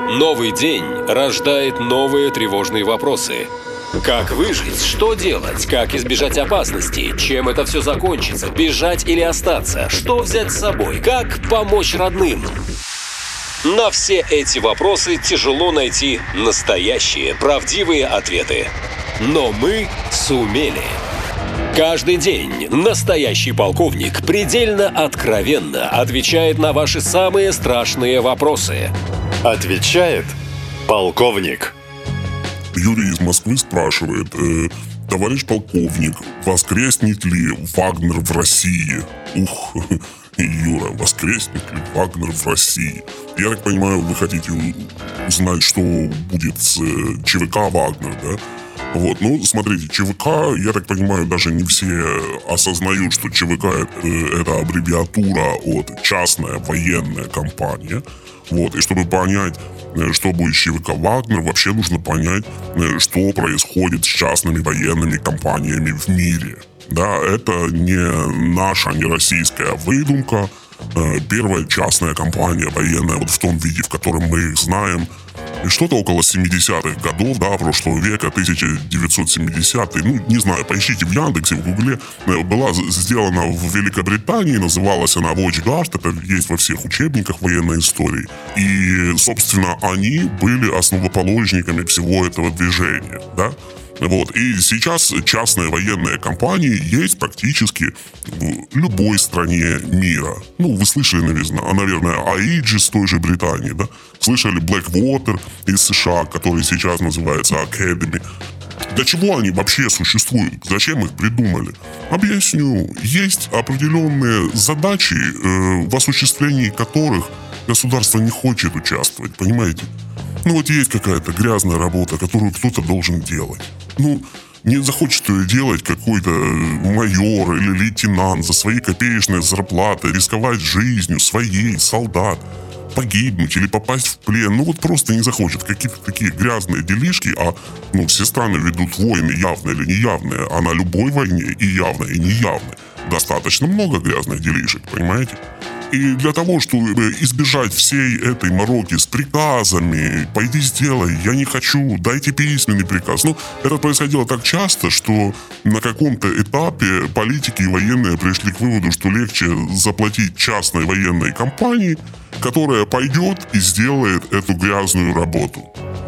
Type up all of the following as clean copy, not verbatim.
Новый день рождает новые тревожные вопросы. Как выжить? Что делать? Как избежать опасности? Чем это все закончится? Бежать или остаться? Что взять с собой? Как помочь родным? На все эти вопросы тяжело найти настоящие, правдивые ответы. Но мы сумели. Каждый день настоящий полковник предельно откровенно отвечает на ваши самые страшные вопросы. Отвечает полковник. Юрий из Москвы спрашивает: товарищ полковник, воскреснет ли Вагнер в России? Ух, Юра, воскреснет ли Вагнер в России? Я так понимаю, вы хотите узнать, что будет с ЧВК «Вагнер», да? Вот, ну, смотрите, ЧВК, я так понимаю, даже не все осознают, что ЧВК – это аббревиатура от «частная военная компания». Вот, и чтобы понять, что будет с ЧВК «Вагнер», вообще нужно понять, что происходит с частными военными компаниями в мире. Да, это не наша, не российская выдумка. Первая частная компания военная, вот в том виде, в котором мы их знаем, что-то около 70-х годов, да, прошлого века, 1970-й, ну, не знаю, поищите в Яндексе, в Гугле, была сделана в Великобритании, называлась она Watch Guard, это есть во всех учебниках военной истории. И, собственно, они были основоположниками всего этого движения, да. Вот. И сейчас частные военные компании есть практически в любой стране мира. Ну, вы слышали, наверное, Aegis с той же Британии, да? Слышали Blackwater из США, который сейчас называется Academy. Для чего они вообще существуют? Зачем их придумали? Объясню. Есть определенные задачи, в осуществлении которых государство не хочет участвовать, понимаете? Ну вот есть какая-то грязная работа, которую кто-то должен делать. Ну, не захочет ее делать какой-то майор или лейтенант за свои копеечные зарплаты, рисковать жизнью своей, солдат, погибнуть или попасть в плен. Ну вот просто не захочет. Какие-то такие грязные делишки, все страны ведут войны, явные или неявные, а на любой войне и явной, и неявной достаточно много грязных делишек, понимаете? И для того, чтобы избежать всей этой мороки с приказами, пойди сделай, я не хочу, дайте письменный приказ. Ну, это происходило так часто, что на каком-то этапе политики и военные пришли к выводу, что легче заплатить частной военной компании, которая пойдет и сделает эту грязную работу.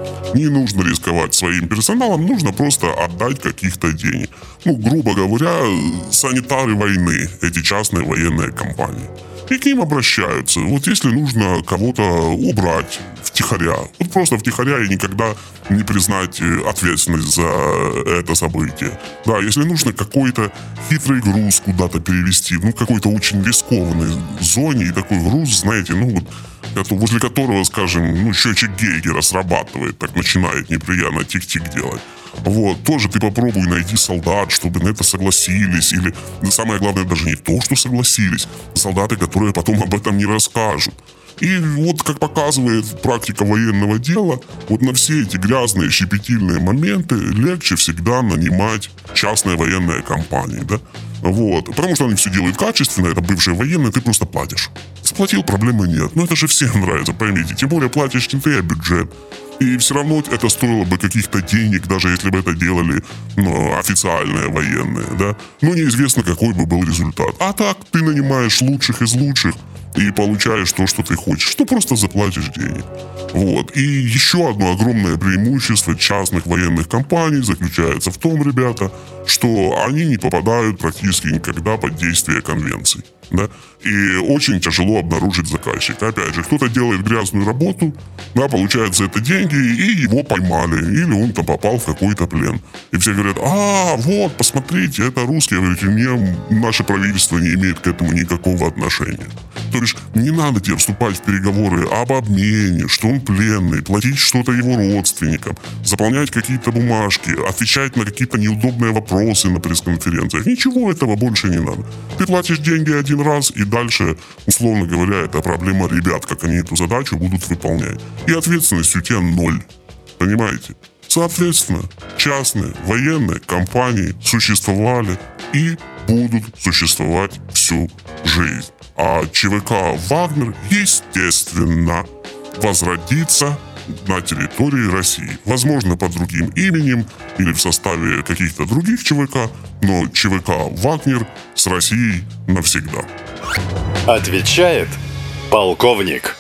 Не нужно рисковать своим персоналом, нужно просто отдать каких-то денег. Ну, грубо говоря, санитары войны, эти частные военные компании. И к ним обращаются. Вот если нужно кого-то убрать втихаря, вот просто втихаря и никогда не признать ответственность за это событие. Да, если нужно какой-то хитрый груз куда-то перевести, какой-то очень рискованной зоне, и такой груз, знаете, возле которого, скажем, счетчик Гейгера срабатывает, так начинает неприятно тик-тик делать. Вот, тоже ты попробуй найти солдат, чтобы на это согласились, или самое главное даже не то, что согласились, солдаты, которые потом об этом не расскажут. И вот, как показывает практика военного дела, вот на все эти грязные, щепетильные моменты легче всегда нанимать частные военные компании, да? Вот, потому что они все делают качественно, это бывшие военные, ты просто платишь. Заплатил, проблемы нет, но это же всем нравится, поймите, тем более платишь не ты, а бюджет. И все равно это стоило бы каких-то денег, даже если бы это делали официальные военные, да? Но неизвестно, какой бы был результат. А так ты нанимаешь лучших из лучших и получаешь то, что ты хочешь, что просто заплатишь денег. Вот. И еще одно огромное преимущество частных военных компаний заключается в том, ребята, что они не попадают практически никогда под действие конвенций. Да? И очень тяжело обнаружить заказчика. Опять же, кто-то делает грязную работу, да, получает за это деньги, и его поймали, или он там попал в какой-то плен. И все говорят: вот, посмотрите, это русские. Я говорю: наше правительство не имеет к этому никакого отношения. То есть не надо тебе вступать в переговоры об обмене, что он пленный, платить что-то его родственникам, заполнять какие-то бумажки, отвечать на какие-то неудобные вопросы на пресс-конференциях. Ничего этого больше не надо. Ты платишь деньги один раз, и дальше, условно говоря, это проблема ребят, как они эту задачу будут выполнять. И ответственность у тебя 0. Понимаете? Соответственно, частные военные компании существовали и будут существовать всю жизнь. А ЧВК «Вагнер», естественно, возродится на территории России. Возможно, под другим именем или в составе каких-то других ЧВК, но ЧВК «Вагнер» с Россией навсегда. Отвечает полковник.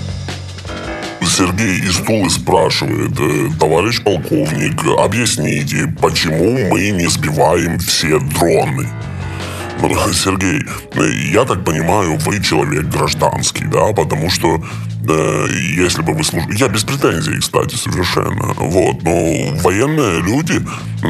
Сергей из Тулы спрашивает: товарищ полковник, объясните, почему мы не сбиваем все дроны? Сергей, я так понимаю, вы человек гражданский, да, потому что если бы вы служили... Я без претензий, кстати, совершенно. Вот, но военные люди,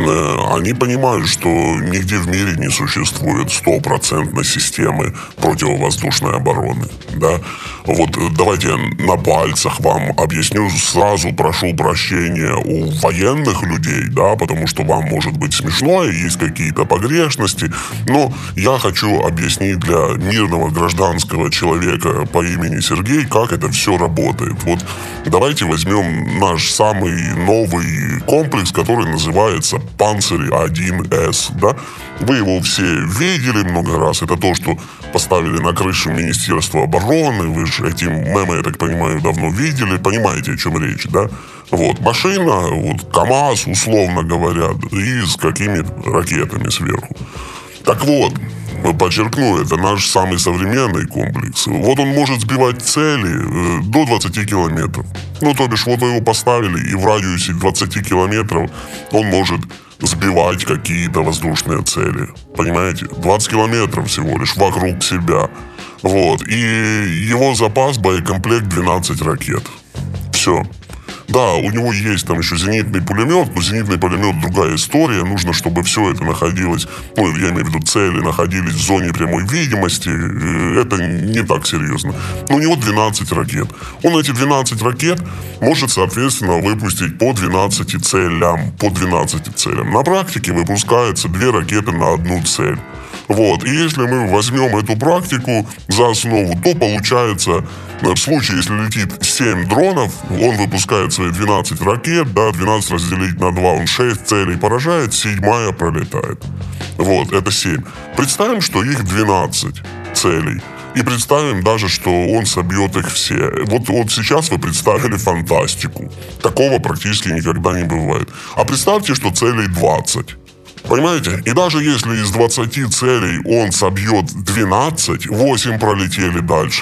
они понимают, что нигде в мире не существует стопроцентной системы противовоздушной обороны, да. Вот давайте я на пальцах вам объясню, сразу прошу прощения у военных людей, да, потому что вам может быть смешно, и есть какие-то погрешности, но я хочу объяснить для мирного гражданского человека по имени Сергей, как это все работает. Вот давайте возьмем наш самый новый комплекс, который называется «Панцирь-1С», да. Вы его все видели много раз. Это то, что поставили на крышу Министерства обороны. Вы же эти мемы, я так понимаю, давно видели. Понимаете, о чем речь, да? Вот, машина, вот, КАМАЗ, условно говоря, и с какими-то ракетами сверху. Так вот, подчеркну, это наш самый современный комплекс. Вот он может сбивать цели до 20 километров. Ну, то бишь, вот его поставили, и в радиусе 20 километров он может сбивать какие-то воздушные цели. Понимаете? 20 километров всего лишь вокруг себя. Вот. И его запас, боекомплект 12 ракет. Все. Да, у него есть там еще зенитный пулемет, но зенитный пулемет другая история. Нужно, чтобы все это находилось, ну, я имею в виду цели, находились в зоне прямой видимости. Это не так серьезно. Но у него 12 ракет. Он эти 12 ракет может, соответственно, выпустить по 12 целям. По 12 целям. На практике выпускается 2 ракеты на одну цель. Вот. И если мы возьмем эту практику за основу, то получается, в случае, если летит 7 дронов, он выпускает свои 12 ракет, да, 12 разделить на 2, он 6 целей поражает, 7-я пролетает. Вот, это 7. Представим, что их 12 целей. И представим даже, что он собьет их все. Вот сейчас вы представили фантастику. Такого практически никогда не бывает. А представьте, что целей 20. Понимаете? И даже если из 20 целей он собьет 12, 8 пролетели дальше.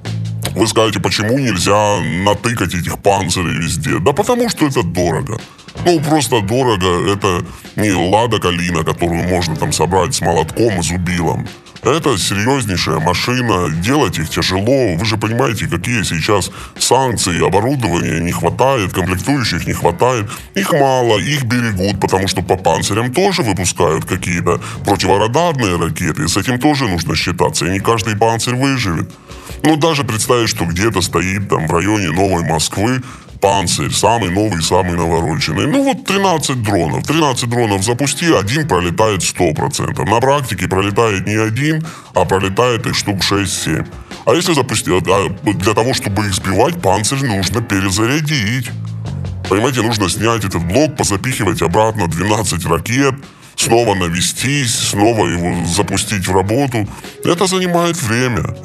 Вы скажете, почему нельзя натыкать этих панцирей везде? Да потому что это дорого. Ну, просто дорого. Это не Лада Калина, которую можно там собрать с молотком и зубилом. Это серьезнейшая машина, делать их тяжело. Вы же понимаете, какие сейчас санкции, оборудования не хватает, комплектующих не хватает. Их мало, их берегут, потому что по панцирям тоже выпускают какие-то противорадарные ракеты. И с этим тоже нужно считаться, и не каждый панцирь выживет. Ну, даже представить, что где-то стоит там в районе Новой Москвы панцирь, самый новый, самый навороченный. Ну вот 13 дронов. 13 дронов запусти, один пролетает 100%. На практике пролетает не один, а пролетает их штук 6-7. А если запустить, для того, чтобы их сбивать, панцирь нужно перезарядить. Понимаете, нужно снять этот блок, позапихивать обратно 12 ракет, снова навестись, снова его запустить в работу. Это занимает время.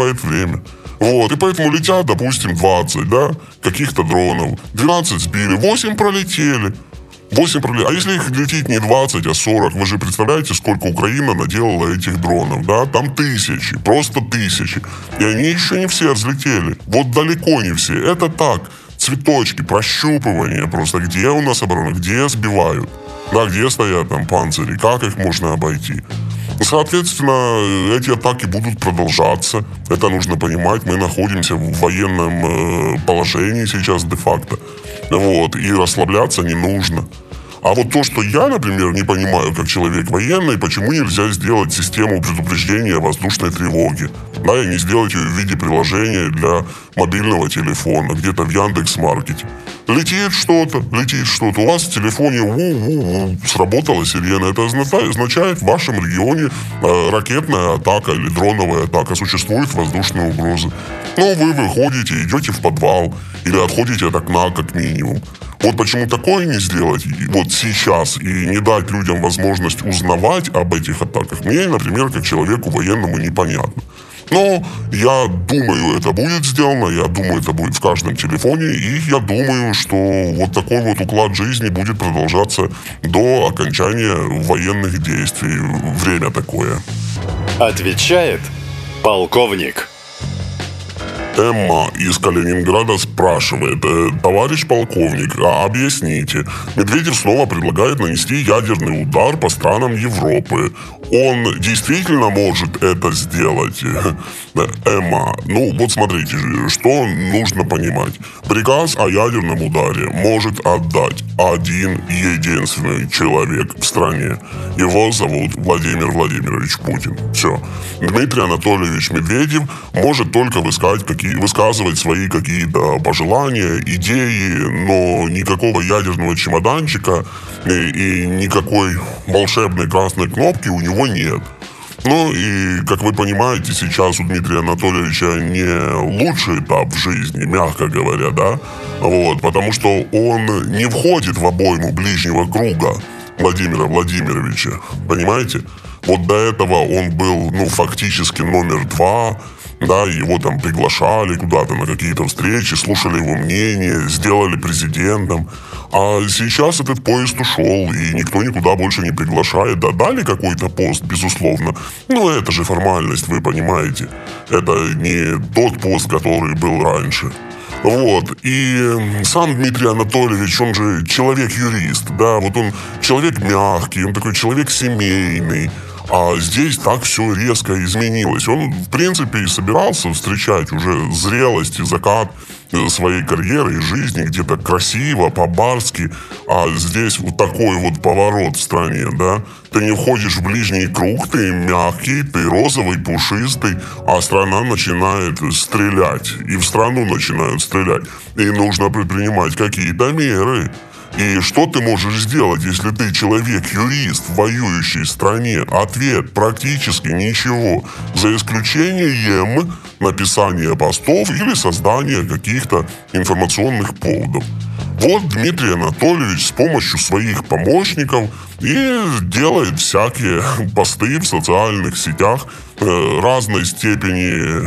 Вот, и поэтому летят, допустим, 20, да, каких-то дронов. 12 сбили, 8 пролетели. А если их летит не 20, а 40, вы же представляете, сколько Украина наделала этих дронов, да? Там тысячи, просто тысячи. И они еще не все взлетели. Вот далеко не все. Это так, цветочки, прощупывание просто. Где у нас оборона, где сбивают? Да, где стоят там панцири, как их можно обойти? Соответственно, эти атаки будут продолжаться. Это нужно понимать. Мы находимся в военном положении сейчас де-факто. Вот. И расслабляться не нужно. А вот то, что я, например, не понимаю, как человек военный, почему нельзя сделать систему предупреждения воздушной тревоги. Да, и не сделать ее в виде приложения для мобильного телефона, где-то в Яндекс.Маркете. Летит что-то. У вас в телефоне сработала сирена. Это означает, в вашем регионе ракетная атака или дроновая атака. Существует воздушная угроза. Но вы выходите, идете в подвал или отходите от окна как минимум. Вот почему такое не сделать вот сейчас и не дать людям возможность узнавать об этих атаках, мне, например, как человеку военному, непонятно. Но я думаю, это будет сделано, я думаю, это будет в каждом телефоне, и я думаю, что вот такой вот уклад жизни будет продолжаться до окончания военных действий. Время такое. Отвечает полковник. Эмма из Калининграда спрашивает: товарищ полковник, объясните, Медведев снова предлагает нанести ядерный удар по странам Европы. Он действительно может это сделать? Эмма, ну вот смотрите, что нужно понимать. Приказ о ядерном ударе может отдать один единственный человек в стране. Его зовут Владимир Владимирович Путин. Все. Дмитрий Анатольевич Медведев может только высказывать свои какие-то пожелания, идеи, но никакого ядерного чемоданчика и никакой волшебной красной кнопки у него нет. Ну и, как вы понимаете, сейчас у Дмитрия Анатольевича не лучший этап в жизни, мягко говоря, да? Вот, потому что он не входит в обойму ближнего круга Владимира Владимировича, понимаете? Вот до этого он был, фактически номер 2, да, его там приглашали куда-то на какие-то встречи, слушали его мнение, сделали президентом. А сейчас этот поезд ушел, и никто никуда больше не приглашает. Да, дали какой-то пост, безусловно. Но это же формальность, вы понимаете. Это не тот пост, который был раньше. Вот, и сам Дмитрий Анатольевич, он же человек-юрист, да, вот он человек мягкий, он такой человек семейный. А здесь так все резко изменилось. Он, в принципе, и собирался встречать уже зрелость и закат своей карьеры и жизни где-то красиво, по-барски. А здесь вот такой вот поворот в стране, да. Ты не входишь в ближний круг, ты мягкий, ты розовый, пушистый, а страна начинает стрелять. И в страну начинают стрелять. И нужно предпринимать какие-то меры. И что ты можешь сделать, если ты человек-юрист в воюющей стране? Ответ: практически ничего, за исключением написания постов или создания каких-то информационных поводов. Вот Дмитрий Анатольевич с помощью своих помощников и делает всякие посты в социальных сетях разной степени,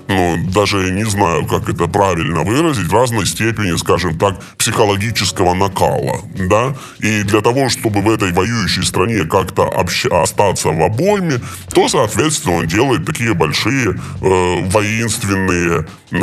даже не знаю, как это правильно выразить, разной степени, скажем так, психологического накала, да, и для того, чтобы в этой воюющей стране как-то остаться в обойме, то, соответственно, он делает такие большие воинственные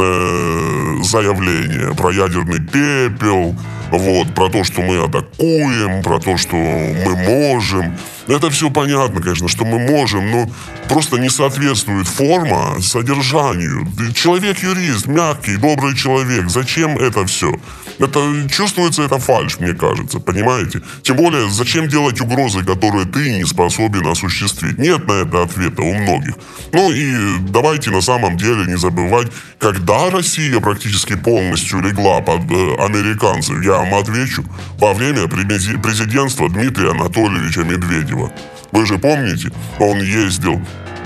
заявления про ядерный пепел, вот, про то, что мы атакуем, про то, что мы можем. Это все понятно, конечно, что мы можем, но просто не соответствует форма содержанию. Человек-юрист, мягкий, добрый человек. Зачем это все? Это чувствуется, это фальшь, мне кажется, понимаете? Тем более, зачем делать угрозы, которые ты не способен осуществить? Нет на это ответа у многих. Ну и давайте на самом деле не забывать, когда Россия практически полностью легла под американцев, я вам отвечу, во время президентства Дмитрия Анатольевича Медведева. Вы же помните, он ездил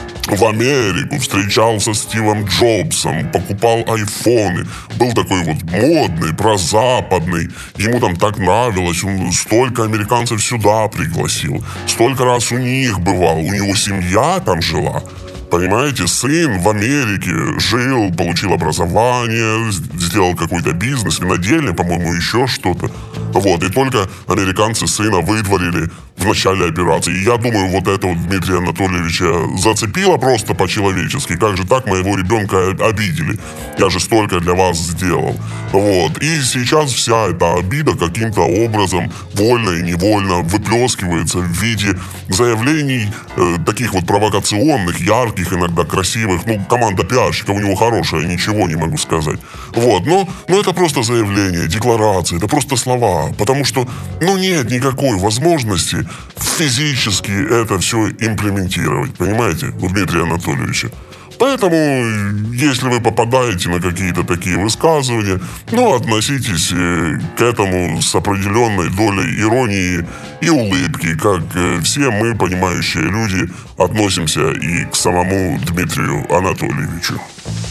в Америку, встречался с Стивом Джобсом, покупал айфоны, был такой вот модный, прозападный, ему там так нравилось, он столько американцев сюда пригласил, столько раз у них бывал, у него семья там жила. Понимаете, сын в Америке жил, получил образование, сделал какой-то бизнес, винодельня, по-моему, еще что-то. Вот, и только американцы сына выдворили в начале операции. И я думаю, вот это вот Дмитрия Анатольевича зацепило просто по-человечески. Как же так моего ребенка обидели? Я же столько для вас сделал. Вот, и сейчас вся эта обида каким-то образом, вольно и невольно, выплескивается в виде заявлений таких вот провокационных, ярких, иногда красивых. Команда пиарщика у него хорошая, ничего не могу сказать. Вот, но это просто заявление, декларация, это просто слова. Потому что, нет никакой возможности физически это все имплементировать, понимаете, у Дмитрия Анатольевича. Поэтому, если вы попадаете на какие-то такие высказывания, относитесь к этому с определенной долей иронии и улыбки, как все мы, понимающие люди, относимся и к самому Дмитрию Анатольевичу.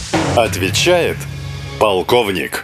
Отвечает полковник.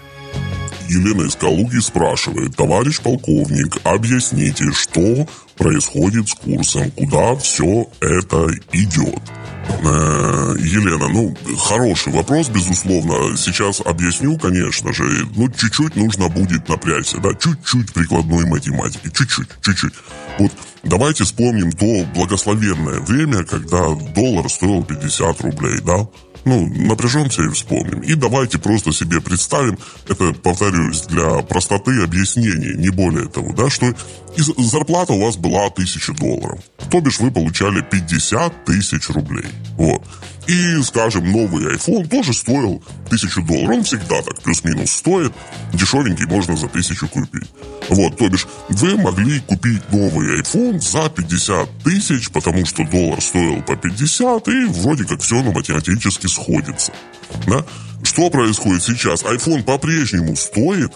Елена из Калуги спрашивает: товарищ полковник, объясните, что происходит с курсом, куда все это идет? Елена, хороший вопрос, безусловно. Сейчас объясню, конечно же. Чуть-чуть нужно будет напрячься, да, чуть-чуть прикладной математики, чуть-чуть. Вот давайте вспомним то благословенное время, когда доллар стоил 50 рублей, да. Напряжемся и вспомним. И давайте просто себе представим, это, повторюсь, для простоты объяснения, не более того, да, что зарплата у вас была $1000. То бишь вы получали 50 тысяч рублей. Вот. И, скажем, новый iPhone тоже стоил $1000. Он всегда так плюс-минус стоит. Дешевенький можно за 1000 купить. Вот, то бишь вы могли купить новый iPhone за 50 тысяч, потому что доллар стоил по 50, и вроде как все математически сходится. Да? Что происходит сейчас? iPhone по-прежнему стоит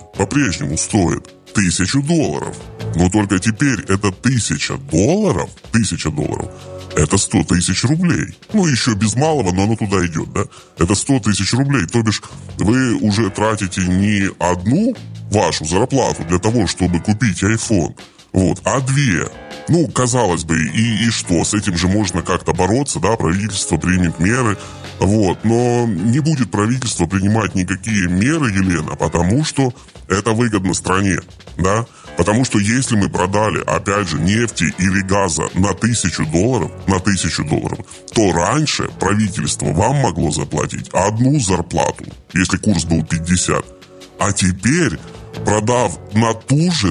$1000. Но только теперь это $1000, это 100 тысяч рублей. Еще без малого, но оно туда идет, да? Это 100 тысяч рублей. То бишь вы уже тратите не одну вашу зарплату для того, чтобы купить iPhone, вот, а две. Казалось бы, и что? С этим же можно как-то бороться, да? Правительство примет меры. Вот, но не будет правительство принимать никакие меры, Елена, потому что это выгодно стране, да? Потому что если мы продали, опять же, нефти или газа на $1000, то раньше правительство вам могло заплатить одну зарплату, если курс был 50. А теперь, продав на ту же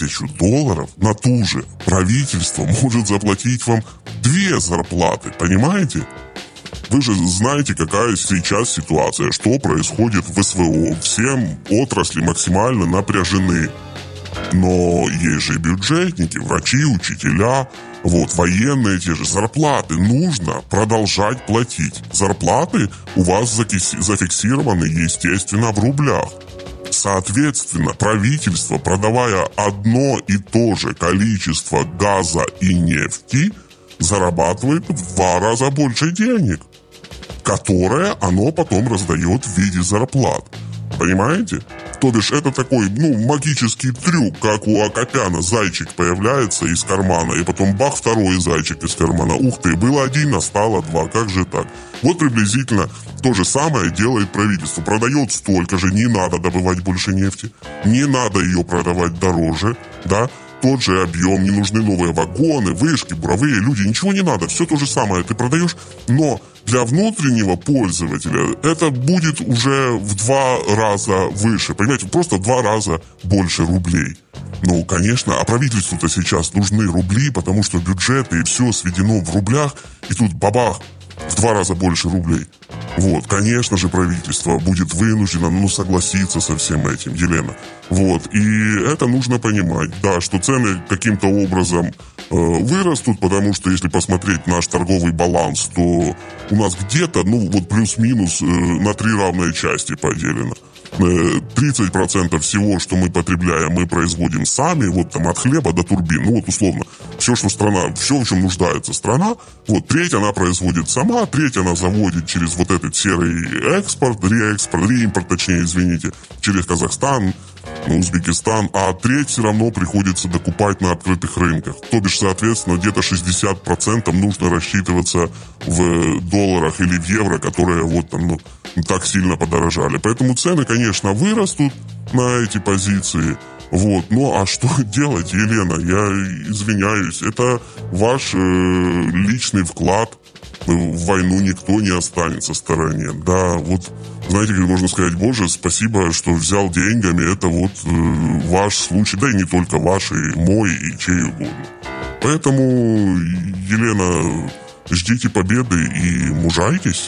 $1000, правительство может заплатить вам 2 зарплаты, понимаете? Вы же знаете, какая сейчас ситуация, что происходит в СВО. Все отрасли максимально напряжены. Но есть же и бюджетники, врачи, учителя, военные те же. Зарплаты нужно продолжать платить. Зарплаты у вас зафиксированы, естественно, в рублях. Соответственно, правительство, продавая одно и то же количество газа и нефти, зарабатывает в 2 раза больше денег, которые оно потом раздает в виде зарплат. Понимаете? То бишь, это такой, магический трюк, как у Акопяна зайчик появляется из кармана, и потом бах, второй зайчик из кармана. Ух ты, было 1, а стало 2, как же так? Вот приблизительно то же самое делает правительство. Продает столько же, не надо добывать больше нефти, не надо ее продавать дороже, да? Тот же объем, не нужны новые вагоны, вышки, буровые люди, ничего не надо, все то же самое ты продаешь, но для внутреннего пользователя это будет уже в 2 раза выше, понимаете, просто в 2 раза больше рублей. Конечно, а правительству-то сейчас нужны рубли, потому что бюджеты и все сведено в рублях, и тут бабах, в 2 раза больше рублей. Вот, конечно же, правительство будет вынуждено, согласиться со всем этим, Елена. Вот, и это нужно понимать, да, что цены каким-то образом вырастут, потому что если посмотреть наш торговый баланс, то у нас где-то, плюс-минус на 3 равные части поделено. 30% всего, что мы потребляем, мы производим сами, от хлеба до турбин, условно, все, что страна, все, в чем нуждается страна, треть она производит сама, треть она заводит через этот серый экспорт, реимпорт, точнее, извините, через Казахстан, Узбекистан, а треть все равно приходится докупать на открытых рынках. То бишь, соответственно, где-то 60% нужно рассчитываться в долларах или в евро, которые так сильно подорожали. Поэтому цены, конечно, вырастут на эти позиции. А что делать, Елена? Я извиняюсь, это ваш личный вклад. В войну никто не останется в стороне. Да, знаете, как можно сказать, Боже, спасибо, что взял деньгами. Это ваш случай, да и не только ваш, и мой, и чей угодно. Поэтому, Елена, ждите победы и мужайтесь.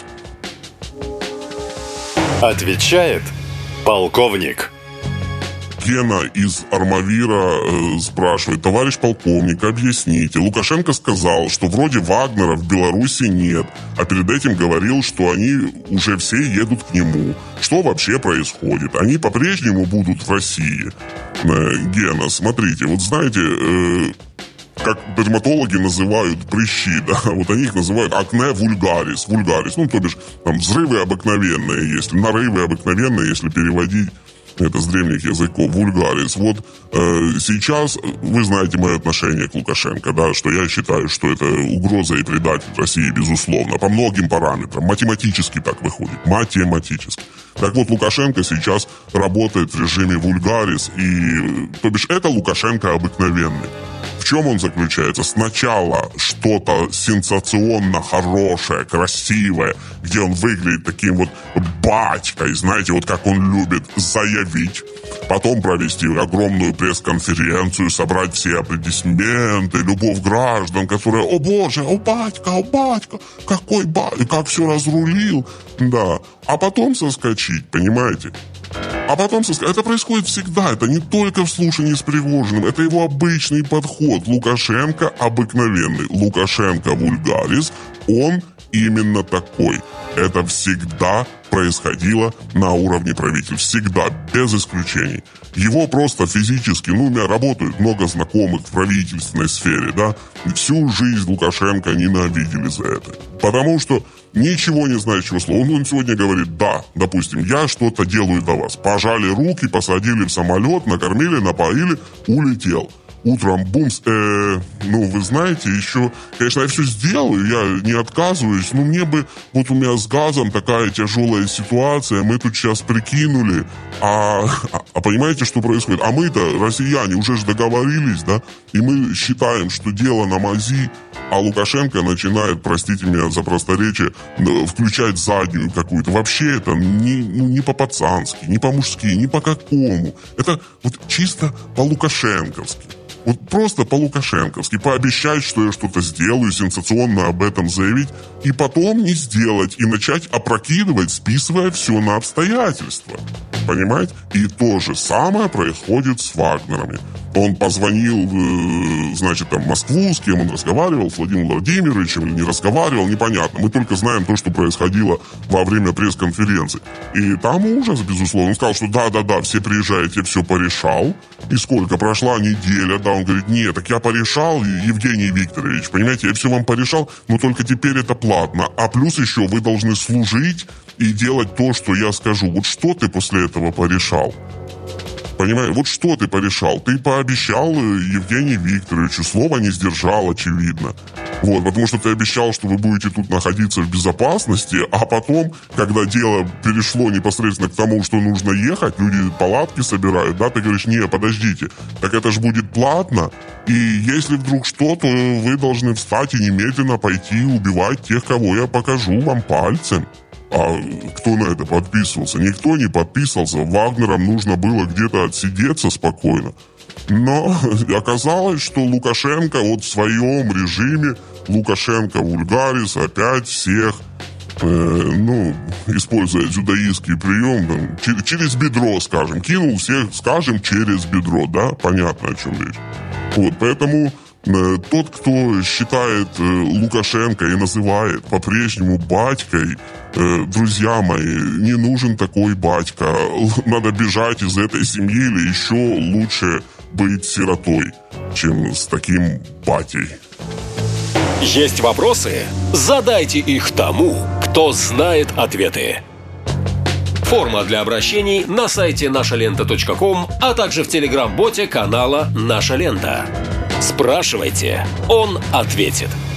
Отвечает полковник. Гена из Армавира спрашивает: товарищ полковник, объясните. Лукашенко сказал, что вроде Вагнера в Беларуси нет, а перед этим говорил, что они уже все едут к нему. Что вообще происходит? Они по-прежнему будут в России? Гена, смотрите, знаете, как дерматологи называют прыщи, да, они их называют акне вульгарис, то бишь, взрывы обыкновенные, нарывы обыкновенные, если переводить это с древних языков, вульгарис. Вот сейчас вы знаете мое отношение к Лукашенко, да, что я считаю, что это угроза и предатель России, безусловно, по многим параметрам. Математически так выходит, математически. Так вот, Лукашенко сейчас работает в режиме вульгарис, и, то бишь, это Лукашенко обыкновенный. В чем он заключается? Сначала что-то сенсационно хорошее, красивое, где он выглядит таким вот батькой, знаете, вот как он любит заявить. Потом провести огромную пресс-конференцию, собрать все аплодисменты, любовь граждан, которые: «О боже, о батька, какой батька, как все разрулил». Да. А потом соскочить, понимаете? Это происходит всегда, это не только в слушании с Пригожиным, это его обычный подход. Лукашенко обыкновенный, Лукашенко вульгарис, он именно такой. Это всегда происходило на уровне правительств, всегда, без исключений. Его просто физически, у меня работают много знакомых в правительственной сфере, да, всю жизнь Лукашенко ненавидели за это. Потому что ничего не знающего слова. Он сегодня говорит: да, допустим, я что-то делаю для вас. Пожали руки, посадили в самолет, накормили, напоили, улетел. Утром бумс, вы знаете, еще, конечно, я все сделаю, я не отказываюсь, но мне бы, вот у меня с газом такая тяжелая ситуация, мы тут сейчас прикинули, а понимаете, что происходит? А мы-то, россияне, уже же договорились, да, и мы считаем, что дело на мази, а Лукашенко начинает, простите меня за просторечие, включать заднюю какую-то. Вообще это не по-пацански, не по-мужски, не по-какому. Это вот чисто по-лукашенковски. Вот просто по-лукашенковски пообещать, что я что-то сделаю, сенсационно об этом заявить, и потом не сделать, и начать опрокидывать, списывая все на обстоятельства. Понимаете? И то же самое происходит с Вагнерами. Он позвонил, в Москву, с кем он разговаривал, с Владимиром Владимировичем, или не разговаривал, непонятно. Мы только знаем то, что происходило во время пресс-конференции. И там ужас, безусловно. Он сказал, что да, все приезжаете, все порешал. И сколько? Прошла неделя, да, он говорит: нет, так я порешал, Евгений Викторович, понимаете, я все вам порешал, но только теперь это платно. А плюс еще вы должны служить и делать то, что я скажу. Вот что ты после этого порешал? Понимаешь, вот что ты порешал? Ты пообещал Евгению Викторовичу, слово не сдержал, очевидно. Вот, потому что ты обещал, что вы будете тут находиться в безопасности, а потом, когда дело перешло непосредственно к тому, что нужно ехать, люди палатки собирают, да, ты говоришь: не, подождите, так это же будет платно, и если вдруг что, то вы должны встать и немедленно пойти убивать тех, кого я покажу вам пальцем. А кто на это подписывался? Никто не подписывался. Вагнерам нужно было где-то отсидеться спокойно. Но оказалось, что Лукашенко вот в своем режиме, Лукашенко вульгарис, опять всех, используя дзюдоистский прием, через бедро, скажем, кинул всех, скажем, через бедро, да? Понятно, о чем речь. Вот, поэтому тот, кто считает Лукашенко и называет по-прежнему батькой, друзья мои, не нужен такой батька. Надо бежать из этой семьи, или еще лучше быть сиротой, чем с таким батей. Есть вопросы? Задайте их тому, кто знает ответы. Форма для обращений на сайте нашалента.ком, а также в телеграм-боте канала «Наша лента». Спрашивайте, он ответит.